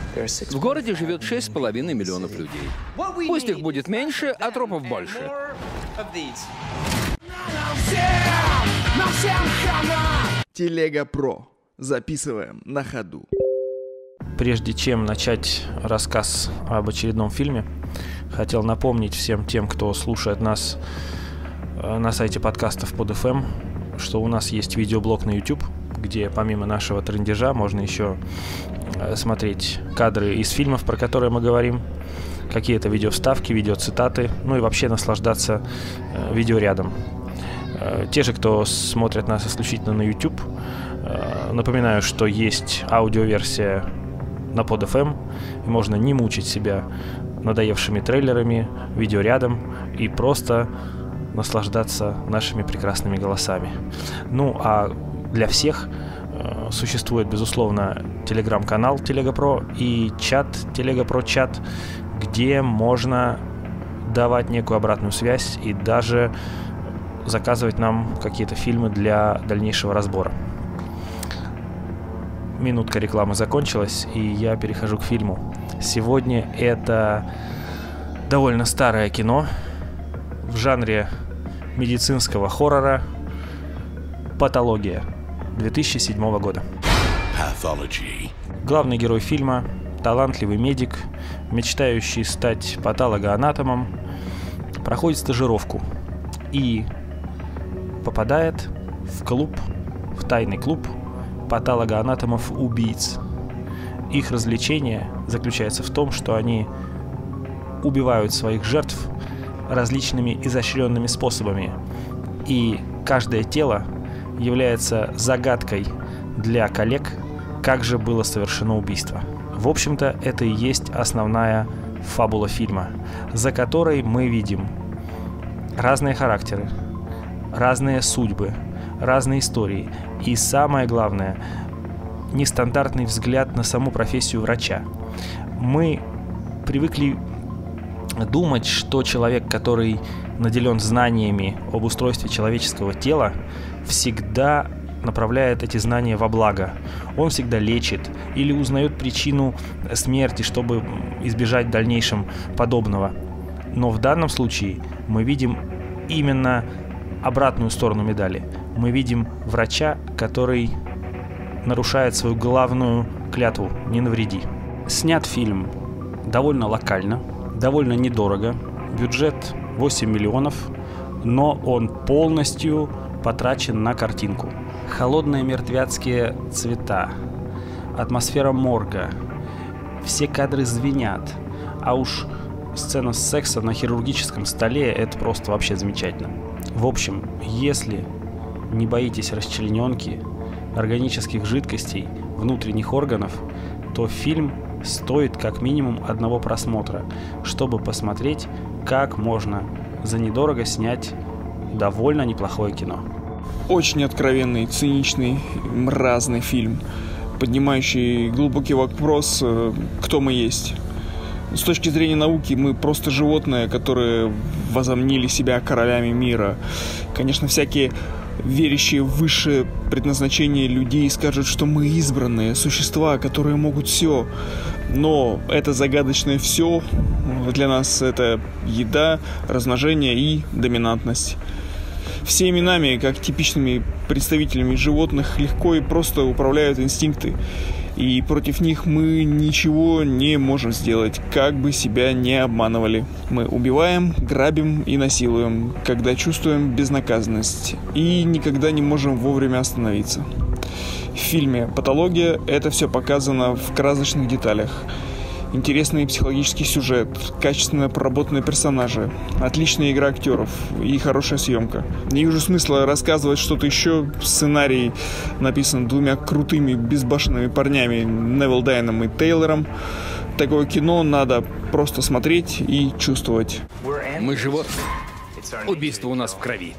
В городе живет 6,5 миллионов людей. Пусть их будет меньше, а тропов больше. Телега Про. Записываем на ходу. Прежде чем начать рассказ об очередном фильме, хотел напомнить всем тем, кто слушает нас на сайте подкастов под FM, что у нас есть видеоблог на YouTube, где помимо нашего трындежа можно еще смотреть кадры из фильмов, про которые мы говорим, какие-то видеовставки, видеоцитаты, ну и вообще наслаждаться видеорядом. Те же, кто смотрит нас исключительно на YouTube, напоминаю, что есть аудиоверсия на под FM, и можно не мучить себя надоевшими трейлерами, видеорядом и просто наслаждаться нашими прекрасными голосами. Ну, а для всех существует, безусловно, телеграм-канал Телега Про и чат Телега Про чат, где можно давать некую обратную связь и даже заказывать нам какие-то фильмы для дальнейшего разбора. Минутка рекламы закончилась, и я перехожу к фильму. Сегодня это довольно старое кино в жанре медицинского хоррора «Патология» 2007 года. Главный герой фильма – талантливый медик, мечтающий стать патологоанатомом, проходит стажировку и попадает в тайный клуб патологоанатомов-убийц. Их развлечение заключается в том, что они убивают своих жертв различными изощренными способами, и каждое тело является загадкой для коллег, как же было совершено убийство. В общем-то, это и есть основная фабула фильма, за которой мы видим разные характеры, разные судьбы, разные истории и, самое главное, нестандартный взгляд на саму профессию врача. Мы привыкли думать, что человек, который наделен знаниями об устройстве человеческого тела, всегда направляет эти знания во благо. Он всегда лечит или узнает причину смерти, чтобы избежать в дальнейшем подобного. Но в данном случае мы видим именно обратную сторону медали. Мы видим врача, который нарушает свою главную клятву «не навреди». Снят фильм довольно локально, довольно недорого. Бюджет 8 миллионов, но он полностью потрачен на картинку. Холодные мертвяцкие цвета, атмосфера морга, все кадры звенят, а уж сцена секса на хирургическом столе – это просто вообще замечательно. В общем, если не боитесь расчлененки, органических жидкостей, внутренних органов, то фильм стоит как минимум одного просмотра, чтобы посмотреть, как можно за недорого снять довольно неплохое кино. Очень откровенный, циничный, мразный фильм, поднимающий глубокий вопрос, кто мы есть. С точки зрения науки мы просто животные, которые возомнили себя королями мира. Конечно, всякие верящие в высшее предназначение людей скажут, что мы избранные существа, которые могут все. Но это загадочное все для нас — это еда, размножение и доминантность. Всеми нами, как типичными представителями животных, легко и просто управляют инстинкты. И против них мы ничего не можем сделать, как бы себя не обманывали. Мы убиваем, грабим и насилуем, когда чувствуем безнаказанность, и никогда не можем вовремя остановиться. В фильме «Патология» это все показано в красочных деталях. Интересный психологический сюжет, качественно проработанные персонажи, отличная игра актеров и хорошая съемка. Не вижу смысла рассказывать что-то еще. Сценарий написан двумя крутыми безбашенными парнями Невил Дайном и Тейлором. Такое кино надо просто смотреть и чувствовать. Мы животные. Убийство у нас в крови.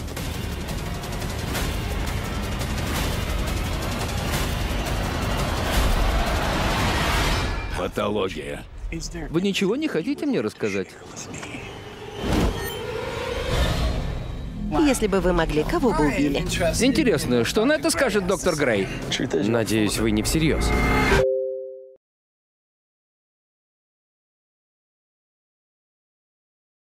Патология. Вы ничего не хотите мне рассказать? Если бы вы могли, кого бы убили? Интересно, что на это скажет доктор Грей? Надеюсь, вы не всерьез.